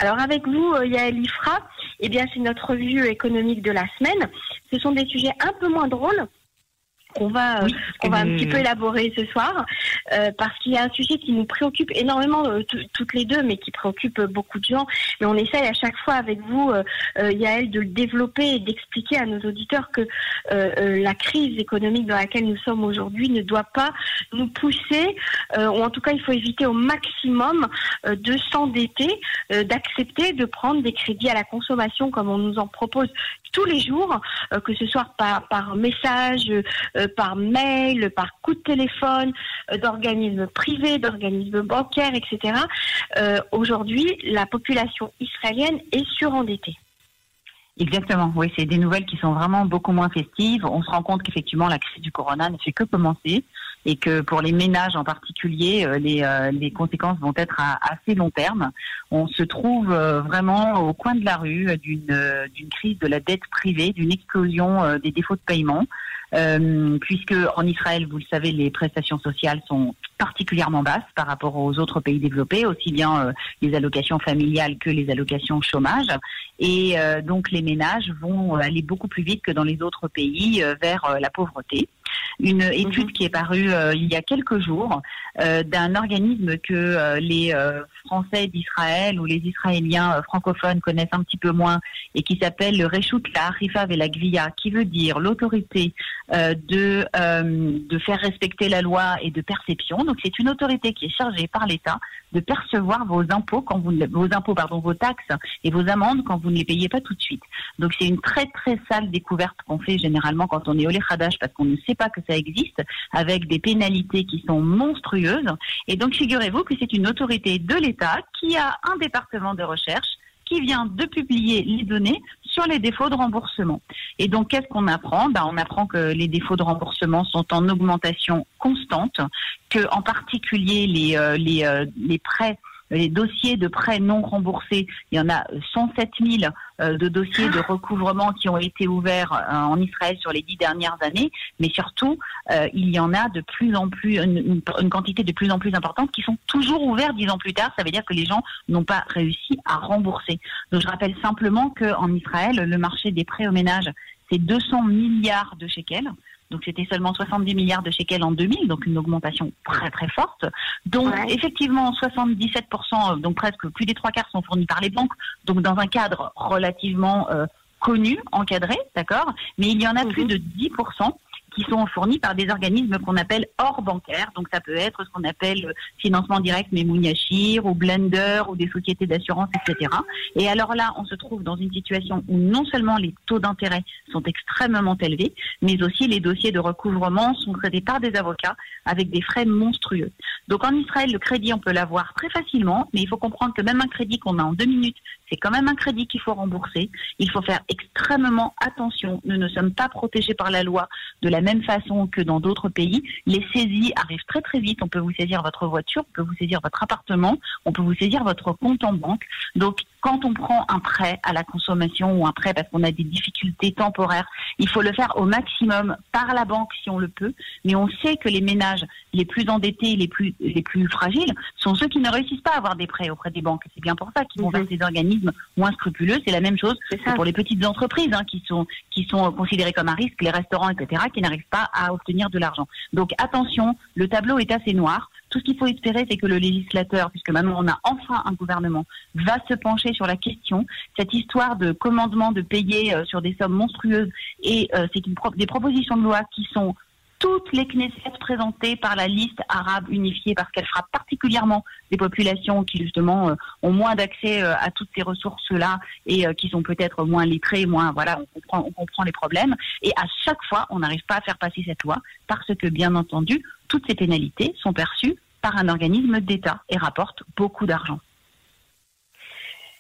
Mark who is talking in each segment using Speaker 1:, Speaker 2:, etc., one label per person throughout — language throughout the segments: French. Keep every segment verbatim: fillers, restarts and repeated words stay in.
Speaker 1: Alors avec vous, Yael Ifra, eh bien c'est notre revue économique de la semaine. Ce sont des sujets un peu moins drôles qu'on va, oui, qu'on va un petit peu élaborer ce soir, euh, parce qu'il y a un sujet qui nous préoccupe énormément, euh, t- toutes les deux, mais qui préoccupe euh, beaucoup de gens. Et on essaye à chaque fois avec vous, euh, euh, Yael, de le développer et d'expliquer à nos auditeurs que euh, euh, la crise économique dans laquelle nous sommes aujourd'hui ne doit pas nous pousser, euh, ou en tout cas il faut éviter au maximum euh, de s'endetter, euh, d'accepter de prendre des crédits à la consommation comme on nous en propose tous les jours, euh, que ce soit par, par message, euh, par mail, par coup de téléphone, euh, d'organismes privés, d'organismes bancaires, et cetera. Euh, aujourd'hui, la population israélienne est surendettée.
Speaker 2: Exactement, oui, c'est des nouvelles qui sont vraiment beaucoup moins festives. On se rend compte qu'effectivement la crise du corona ne fait que commencer et que pour les ménages en particulier, euh, les, euh, les conséquences vont être à assez long terme. On se trouve euh, vraiment au coin de la rue d'une, euh, d'une crise de la dette privée, d'une explosion euh, des défauts de paiement. Euh, puisque en Israël, vous le savez, les prestations sociales sont particulièrement basses par rapport aux autres pays développés, aussi bien euh, les allocations familiales que les allocations chômage. Et euh, donc les ménages vont aller beaucoup plus vite que dans les autres pays euh, vers euh, la pauvreté. Une étude mmh. qui est parue euh, il y a quelques jours euh, d'un organisme que euh, les euh, Français d'Israël ou les Israéliens euh, francophones connaissent un petit peu moins et qui s'appelle le Reshut LaAchifa VeLaGvia, qui veut dire l'autorité euh, de euh, de faire respecter la loi et de perception. Donc c'est une autorité qui est chargée par l'État de percevoir vos impôts quand vous ne, vos impôts pardon vos taxes et vos amendes quand vous ne les payez pas tout de suite. Donc c'est une très très sale découverte qu'on fait généralement quand on est Olé Khadash parce qu'on ne sait pas que ça existe, avec des pénalités qui sont monstrueuses. Et donc figurez-vous que c'est une autorité de l'État qui a un département de recherche qui vient de publier les données sur les défauts de remboursement. Et donc, qu'est-ce qu'on apprend ? Ben, on apprend que les défauts de remboursement sont en augmentation constante, que en particulier les, euh, les, euh, les prêts, les dossiers de prêts non remboursés, il y en a cent sept mille euh, de dossiers de recouvrement qui ont été ouverts euh, en Israël sur les dix dernières années, mais surtout, euh, il y en a de plus en plus, une, une, une quantité de plus en plus importante qui sont toujours ouverts dix ans plus tard. Ça veut dire que les gens n'ont pas réussi à rembourser. Donc, je rappelle simplement qu'en Israël, le marché des prêts aux ménages, c'est deux cents milliards de shekels. Donc, c'était seulement soixante-dix milliards de shekels en deux mille, donc une augmentation très, très forte. Donc, ouais. effectivement, soixante-dix-sept pour cent, donc presque plus des trois quarts sont fournis par les banques, donc dans un cadre relativement euh, connu, encadré, d'accord ? Mais il y en a mmh. plus de dix pour cent qui sont fournis par des organismes qu'on appelle hors bancaires. Donc, ça peut être ce qu'on appelle financement direct, mais Mouniachir, ou Blender, ou des sociétés d'assurance, et cetera. Et alors là, on se trouve dans une situation où non seulement les taux d'intérêt sont extrêmement élevés, mais aussi les dossiers de recouvrement sont traités par des avocats avec des frais monstrueux. Donc, en Israël, le crédit, on peut l'avoir très facilement, mais il faut comprendre que même un crédit qu'on a en deux minutes, c'est quand même un crédit qu'il faut rembourser. Il faut faire extrêmement attention. Nous ne sommes pas protégés par la loi de la même façon que dans d'autres pays. Les saisies arrivent très très vite. On peut vous saisir votre voiture, on peut vous saisir votre appartement, on peut vous saisir votre compte en banque. Donc, quand on prend un prêt à la consommation ou un prêt parce qu'on a des difficultés temporaires, il faut le faire au maximum par la banque si on le peut. Mais on sait que les ménages les plus endettés, les plus les plus fragiles, sont ceux qui ne réussissent pas à avoir des prêts auprès des banques. C'est bien pour ça qu'ils vont vers ces organismes moins scrupuleux. C'est la même chose pour les petites entreprises hein, qui sont qui sont considérées comme un risque, les restaurants, et cetera, qui n'arrivent pas à obtenir de l'argent. Donc attention, le tableau est assez noir. Tout ce qu'il faut espérer, c'est que le législateur, puisque maintenant on a enfin un gouvernement, va se pencher sur la question. Cette histoire de commandement de payer euh, sur des sommes monstrueuses, et euh, c'est une pro- des propositions de loi qui sont toutes les Knesset présentées par la liste arabe unifiée, parce qu'elle frappe particulièrement les populations qui justement euh, ont moins d'accès euh, à toutes ces ressources-là et euh, qui sont peut-être moins lettrées, moins voilà, on comprend, on comprend les problèmes. Et à chaque fois, on n'arrive pas à faire passer cette loi parce que, bien entendu, toutes ces pénalités sont perçues par un organisme d'État et rapportent beaucoup d'argent.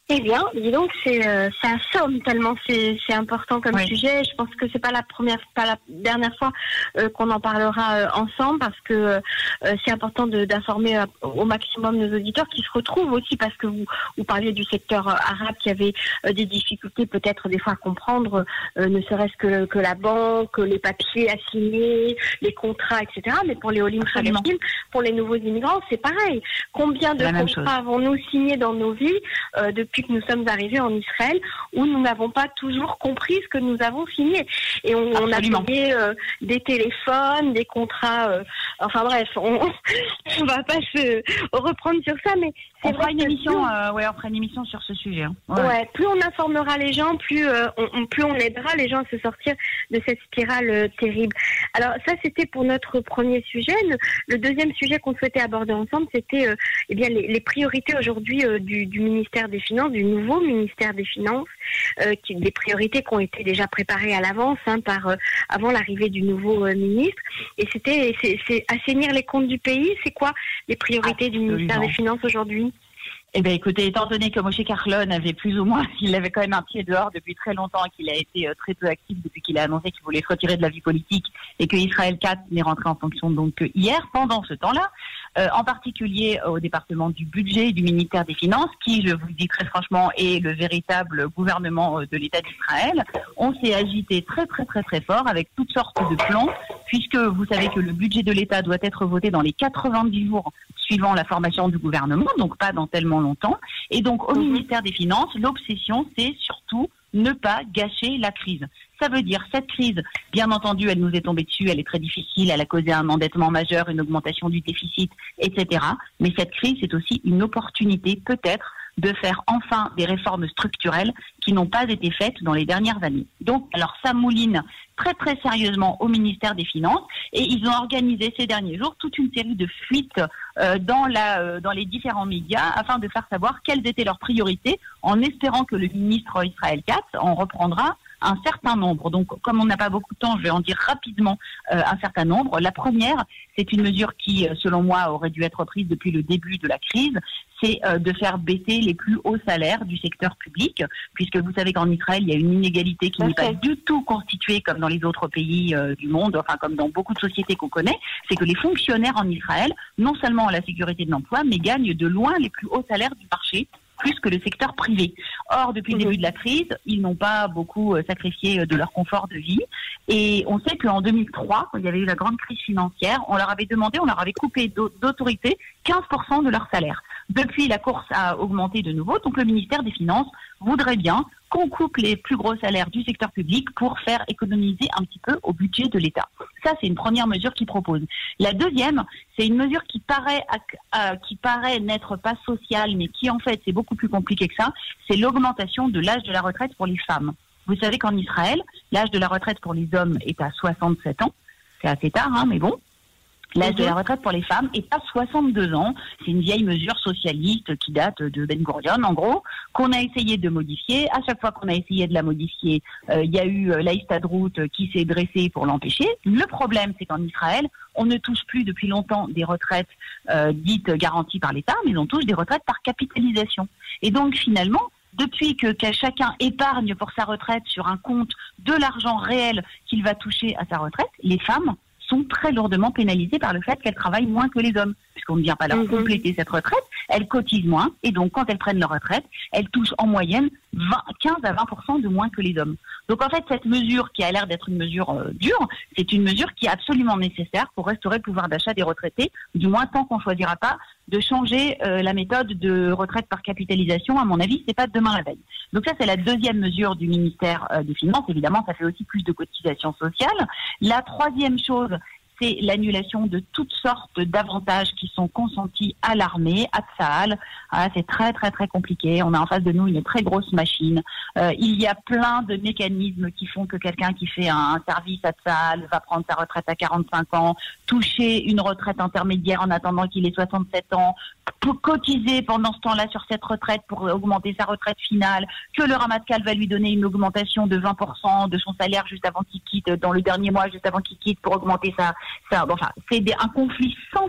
Speaker 1: Eh bien, dis donc, c'est euh, ça assomme tellement c'est c'est important comme oui. sujet. Je pense que c'est pas la première, pas la dernière fois euh, qu'on en parlera euh, ensemble, parce que euh, c'est important de, d'informer euh, au maximum nos auditeurs qui se retrouvent aussi, parce que vous vous parliez du secteur euh, arabe qui avait euh, des difficultés peut-être des fois à comprendre, euh, ne serait-ce que que la banque, les papiers à signer, les contrats, et cetera. Mais pour les Olim Khalefim, pour les nouveaux immigrants, c'est pareil. Combien de contrats avons-nous signés dans nos vies euh, depuis que nous sommes arrivés en Israël, où nous n'avons pas toujours compris ce que nous avons signé. Et on, on a payé euh, des téléphones, des contrats, euh, enfin bref, on ne va pas se reprendre sur ça, mais
Speaker 2: c'est on vrai fera une émission, plus, euh, ouais, on fera une émission sur ce sujet. Hein.
Speaker 1: Ouais. ouais, plus on informera les gens, plus euh, on, plus on aidera les gens à se sortir de cette spirale euh, terrible. Alors ça, c'était pour notre premier sujet. Le, le deuxième sujet qu'on souhaitait aborder ensemble, c'était euh, eh bien les, les priorités aujourd'hui euh, du, du ministère des Finances, du nouveau ministère des Finances, euh, qui, des priorités qui ont été déjà préparées à l'avance, hein, par euh, avant l'arrivée du nouveau euh, ministre. Et c'était c'est, c'est assainir les comptes du pays. C'est quoi les priorités Absolument. du ministère des Finances aujourd'hui?
Speaker 2: Eh bien, écoutez, étant donné que Moshe Kahlon avait plus ou moins, il avait quand même un pied dehors depuis très longtemps et qu'il a été euh, très peu actif depuis qu'il a annoncé qu'il voulait se retirer de la vie politique et que Israël Katz n'est rentré en fonction donc euh, hier, pendant ce temps-là, euh, en particulier euh, au département du budget et du ministère des Finances, qui, je vous le dis très franchement, est le véritable gouvernement euh, de l'État d'Israël, on s'est agité très très très très fort avec toutes sortes de plans, puisque vous savez que le budget de l'État doit être voté dans les quatre-vingt-dix jours suivant la formation du gouvernement, donc pas dans tellement longtemps. Et donc, au mmh. ministère des Finances, l'obsession, c'est surtout ne pas gâcher la crise. Ça veut dire, cette crise, bien entendu, elle nous est tombée dessus, elle est très difficile, elle a causé un endettement majeur, une augmentation du déficit, et cetera. Mais cette crise, c'est aussi une opportunité, peut-être, de faire enfin des réformes structurelles qui n'ont pas été faites dans les dernières années. Donc, alors ça mouline très très sérieusement au ministère des Finances et ils ont organisé ces derniers jours toute une série de fuites euh, dans, la, euh, dans les différents médias afin de faire savoir quelles étaient leurs priorités, en espérant que le ministre Israël Katz en reprendra un certain nombre. Donc, comme on n'a pas beaucoup de temps, je vais en dire rapidement euh, un certain nombre. La première, c'est une mesure qui, selon moi, aurait dû être prise depuis le début de la crise, c'est euh, de faire baisser les plus hauts salaires du secteur public, puisque vous savez qu'en Israël, il y a une inégalité qui okay. n'est pas du tout constituée comme dans les autres pays euh, du monde, enfin comme dans beaucoup de sociétés qu'on connaît, c'est que les fonctionnaires en Israël, non seulement ont la sécurité de l'emploi, mais gagnent de loin les plus hauts salaires du marché, plus que le secteur privé. Or, depuis le début de la crise, ils n'ont pas beaucoup sacrifié de leur confort de vie. Et on sait qu'en deux mille trois, quand il y avait eu la grande crise financière, on leur avait demandé, on leur avait coupé d'autorité quinze pour cent de leur salaire. Depuis, la course a augmenté de nouveau. Donc, le ministère des Finances voudrait bien qu'on coupe les plus gros salaires du secteur public pour faire économiser un petit peu au budget de l'État. Ça, c'est une première mesure qu'ils proposent. La deuxième, c'est une mesure qui paraît, euh, qui paraît n'être pas sociale, mais qui, en fait, c'est beaucoup plus compliqué que ça. C'est l'augmentation de l'âge de la retraite pour les femmes. Vous savez qu'en Israël, l'âge de la retraite pour les hommes est à soixante-sept ans. C'est assez tard, hein, mais bon. L'âge de la retraite pour les femmes est à soixante-deux ans. C'est une vieille mesure socialiste qui date de Ben Gurion, en gros, qu'on a essayé de modifier. À chaque fois qu'on a essayé de la modifier, euh, il y a eu euh, l'Histadrout qui s'est dressée pour l'empêcher. Le problème, c'est qu'en Israël, on ne touche plus depuis longtemps des retraites euh, dites garanties par l'État, mais on touche des retraites par capitalisation. Et donc, finalement, depuis que, que chacun épargne pour sa retraite sur un compte de l'argent réel qu'il va toucher à sa retraite, les femmes sont très lourdement pénalisées par le fait qu'elles travaillent moins que les hommes, puisqu'on ne vient pas leur mmh. compléter cette retraite, elles cotisent moins, et donc quand elles prennent leur retraite, elles touchent en moyenne vingt, quinze à vingt pour cent de moins que les hommes. Donc en fait, cette mesure qui a l'air d'être une mesure euh, dure, c'est une mesure qui est absolument nécessaire pour restaurer le pouvoir d'achat des retraités, du moins tant qu'on ne choisira pas de changer euh, la méthode de retraite par capitalisation. À mon avis, c'est pas demain la veille. Donc ça, c'est la deuxième mesure du ministère euh, des Finances. Évidemment, ça fait aussi plus de cotisations sociales. La troisième chose, c'est l'annulation de toutes sortes d'avantages qui sont consentis à l'armée, à Tsahal. Ah, c'est très très très compliqué. On a en face de nous une très grosse machine. Euh, il y a plein de mécanismes qui font que quelqu'un qui fait un, un service à Tsahal va prendre sa retraite à quarante-cinq ans, toucher une retraite intermédiaire en attendant qu'il ait soixante-sept ans, pour cotiser pendant ce temps-là sur cette retraite pour augmenter sa retraite finale, que le Ramatkal va lui donner une augmentation de vingt pour cent de son salaire juste avant qu'il quitte, dans le dernier mois, juste avant qu'il quitte, pour augmenter sa... ça. Enfin, c'est des, un conflit sans fin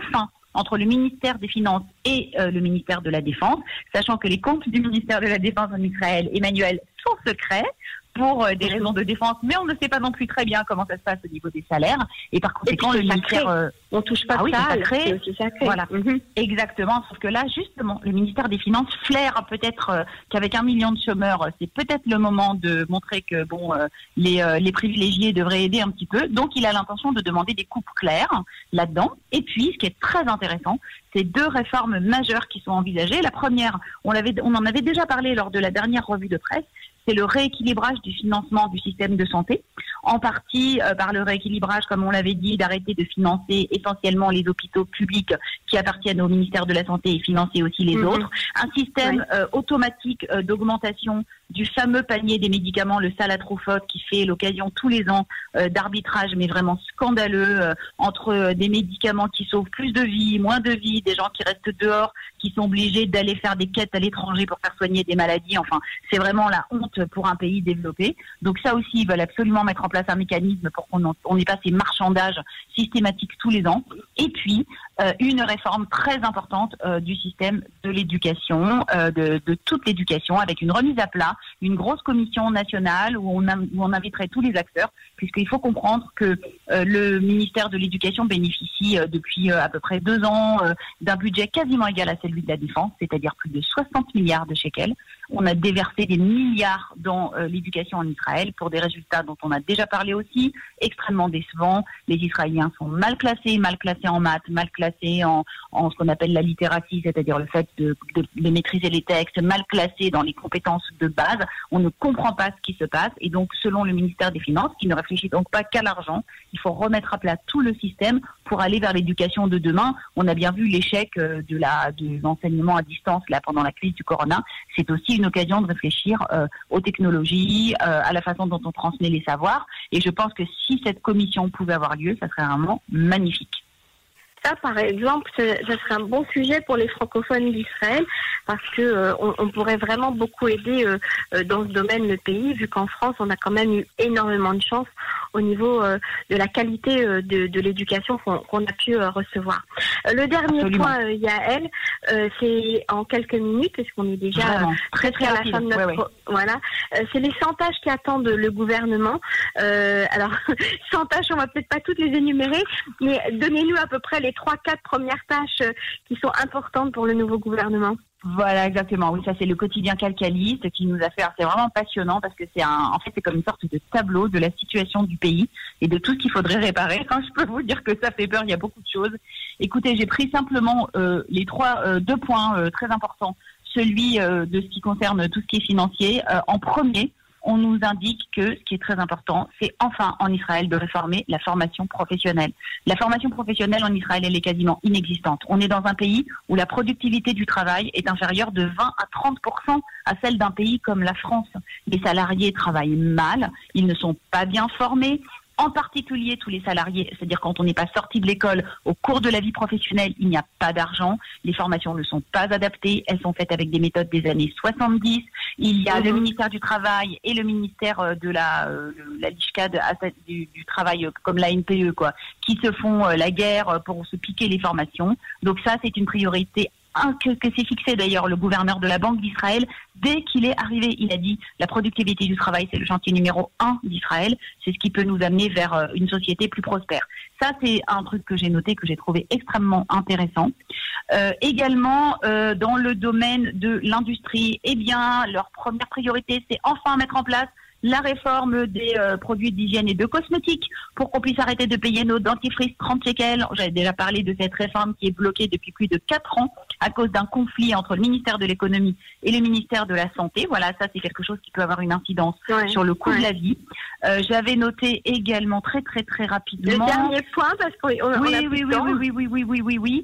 Speaker 2: entre le ministère des Finances et euh, le ministère de la Défense, sachant que les comptes du ministère de la Défense en Israël, Emmanuel, sont secrets pour euh, des raisons de défense, mais on ne sait pas non plus très bien comment ça se passe au niveau des salaires, et par conséquent,
Speaker 1: et
Speaker 2: le ministère...
Speaker 1: Euh, on touche pas
Speaker 2: ah oui,
Speaker 1: ça,
Speaker 2: c'est sacré.
Speaker 1: c'est aussi sacré.
Speaker 2: Voilà,
Speaker 1: mm-hmm.
Speaker 2: Exactement, sauf que là, justement, le ministère des Finances flaire peut-être euh, qu'avec un million de chômeurs, c'est peut-être le moment de montrer que bon, euh, les, euh, les privilégiés devraient aider un petit peu, donc il a l'intention de demander des coupes claires là-dedans, et puis, ce qui est très intéressant, c'est deux réformes majeures qui sont envisagées. La première, on, l'avait, on en avait déjà parlé lors de la dernière revue de presse, c'est le rééquilibrage du financement du système de santé, en partie euh, par le rééquilibrage, comme on l'avait dit, d'arrêter de financer essentiellement les hôpitaux publics qui appartiennent au ministère de la Santé et financer aussi les mmh. autres. Un système oui. euh, automatique euh, d'augmentation du fameux panier des médicaments, le Salatrophos, qui fait l'occasion tous les ans euh, d'arbitrage, mais vraiment scandaleux, euh, entre euh, des médicaments qui sauvent plus de vies, moins de vies, des gens qui restent dehors, qui sont obligés d'aller faire des quêtes à l'étranger pour faire soigner des maladies. Enfin, c'est vraiment la honte pour un pays développé. Donc ça aussi, ils veulent absolument mettre en place un mécanisme pour qu'on n'ait pas ces marchandages systématiques tous les ans. Et puis, euh, une réforme très importante euh, du système de l'éducation, euh, de, de toute l'éducation, avec une remise à plat, une grosse commission nationale où on, a, où on inviterait tous les acteurs, puisqu'il faut comprendre que euh, le ministère de l'Éducation bénéficie euh, depuis euh, à peu près deux ans euh, d'un budget quasiment égal à celui de la Défense, c'est-à-dire plus de soixante milliards de shekels. On a déversé des milliards dans euh, l'éducation en Israël pour des résultats dont on a déjà parlé aussi, extrêmement décevants. Les Israéliens sont mal classés, mal classés en maths, mal classés en, en ce qu'on appelle la littératie, c'est-à-dire le fait de, de, de maîtriser les textes, mal classés dans les compétences de base. On ne comprend pas ce qui se passe et donc selon le ministère des Finances, qui ne réfléchit donc pas qu'à l'argent, il faut remettre à plat tout le système pour aller vers l'éducation de demain. On a bien vu l'échec euh, de la de l'enseignement à distance là pendant la crise du corona. C'est aussi une occasion de réfléchir euh, aux technologies, euh, à la façon dont on transmet les savoirs. Et je pense que si cette commission pouvait avoir lieu, ça serait vraiment magnifique.
Speaker 1: Ça, par exemple, ce serait un bon sujet pour les francophones d'Israël parce que euh, on, on pourrait vraiment beaucoup aider euh, euh, dans ce domaine le pays, vu qu'en France, on a quand même eu énormément de chance au niveau euh, de la qualité euh, de, de l'éducation qu'on, qu'on a pu euh, recevoir. Euh, le dernier Absolument. point, euh, Yael, euh, c'est en quelques minutes, parce qu'on est déjà
Speaker 2: vraiment,
Speaker 1: euh,
Speaker 2: très très
Speaker 1: à la
Speaker 2: rapide.
Speaker 1: fin de notre...
Speaker 2: Ouais, ouais.
Speaker 1: Voilà. Euh, c'est les cent tâches qui attendent le gouvernement. Euh, alors, cent tâches, on va peut-être pas toutes les énumérer, mais donnez-nous à peu près les trois, quatre premières tâches qui sont importantes pour le nouveau gouvernement.
Speaker 2: Voilà, exactement. Oui, ça c'est le quotidien calcaliste qui nous a fait. C'est vraiment passionnant parce que c'est un, en fait, c'est comme une sorte de tableau de la situation du pays et de tout ce qu'il faudrait réparer. Quand je peux vous dire que ça fait peur, il y a beaucoup de choses. Écoutez, j'ai pris simplement euh, les trois, euh, deux points euh, très importants. Celui euh, de ce qui concerne tout ce qui est financier. Euh, en premier, on nous indique que ce qui est très important, c'est enfin en Israël de réformer la formation professionnelle. La formation professionnelle en Israël, elle est quasiment inexistante. On est dans un pays où la productivité du travail est inférieure de vingt à trente pour cent à celle d'un pays comme la France. Les salariés travaillent mal, ils ne sont pas bien formés. En particulier tous les salariés, c'est-à-dire quand on n'est pas sorti de l'école, au cours de la vie professionnelle, il n'y a pas d'argent, les formations ne sont pas adaptées, elles sont faites avec des méthodes des années soixante-dix, il y a mmh. le ministère du Travail et le ministère de la, euh, la Lishka du, du Travail, comme la N P E, quoi, qui se font euh, la guerre pour se piquer les formations. Donc ça, c'est une priorité Un, que, que s'est fixé d'ailleurs le gouverneur de la Banque d'Israël dès qu'il est arrivé. Il a dit la productivité du travail, c'est le chantier numéro un d'Israël. C'est ce qui peut nous amener vers euh, une société plus prospère. Ça, c'est un truc que j'ai noté, que j'ai trouvé extrêmement intéressant. Euh, également, euh, dans le domaine de l'industrie, eh bien, leur première priorité, c'est enfin mettre en place la réforme des euh, produits d'hygiène et de cosmétiques pour qu'on puisse arrêter de payer nos dentifrices trente shekels. J'avais déjà parlé de cette réforme qui est bloquée depuis plus de quatre ans à cause d'un conflit entre le ministère de l'économie et le ministère de la santé. Voilà, ça c'est quelque chose qui peut avoir une incidence ouais, sur le coût ouais. de la vie. Euh, j'avais noté également très très très rapidement...
Speaker 1: Le dernier point, parce qu'on on
Speaker 2: oui,
Speaker 1: a
Speaker 2: oui,
Speaker 1: plus
Speaker 2: oui,
Speaker 1: de temps.
Speaker 2: oui, oui, oui, oui, oui, oui.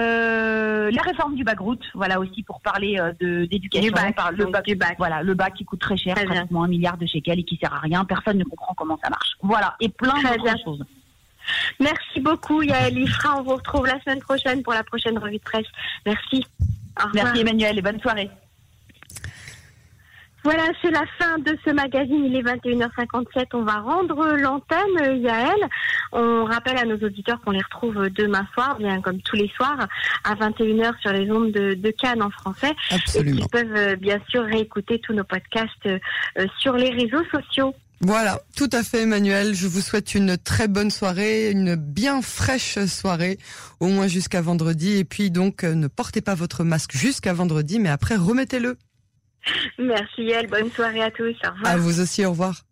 Speaker 2: Euh, la réforme du bac-route, voilà aussi pour parler euh, de, d'éducation.
Speaker 1: Du bac,
Speaker 2: par le bac,
Speaker 1: du bac.
Speaker 2: Voilà, le bac qui coûte très cher,
Speaker 1: très
Speaker 2: pratiquement un milliard de shekels et qui sert à rien. Personne ne comprend comment ça marche. Voilà, et plein très d'autres bien. choses.
Speaker 1: Merci beaucoup Yael Ifra, on vous retrouve la semaine prochaine pour la prochaine revue de presse. Merci.
Speaker 2: Merci Emmanuel et bonne soirée.
Speaker 1: Voilà, c'est la fin de ce magazine, il est vingt et une heures cinquante-sept, on va rendre l'antenne Yael. On rappelle à nos auditeurs qu'on les retrouve demain soir, bien comme tous les soirs, à vingt et une heures sur les ondes de, de Cannes en français.
Speaker 3: Absolument.
Speaker 1: Et qu'ils peuvent euh, bien sûr réécouter tous nos podcasts euh, sur les réseaux sociaux.
Speaker 3: Voilà, tout à fait Emmanuel, je vous souhaite une très bonne soirée, une bien fraîche soirée, au moins jusqu'à vendredi, et puis donc euh, ne portez pas votre masque jusqu'à vendredi, mais après remettez-le.
Speaker 1: Merci Elle, bonne soirée à tous, au revoir.
Speaker 3: À vous aussi, au revoir.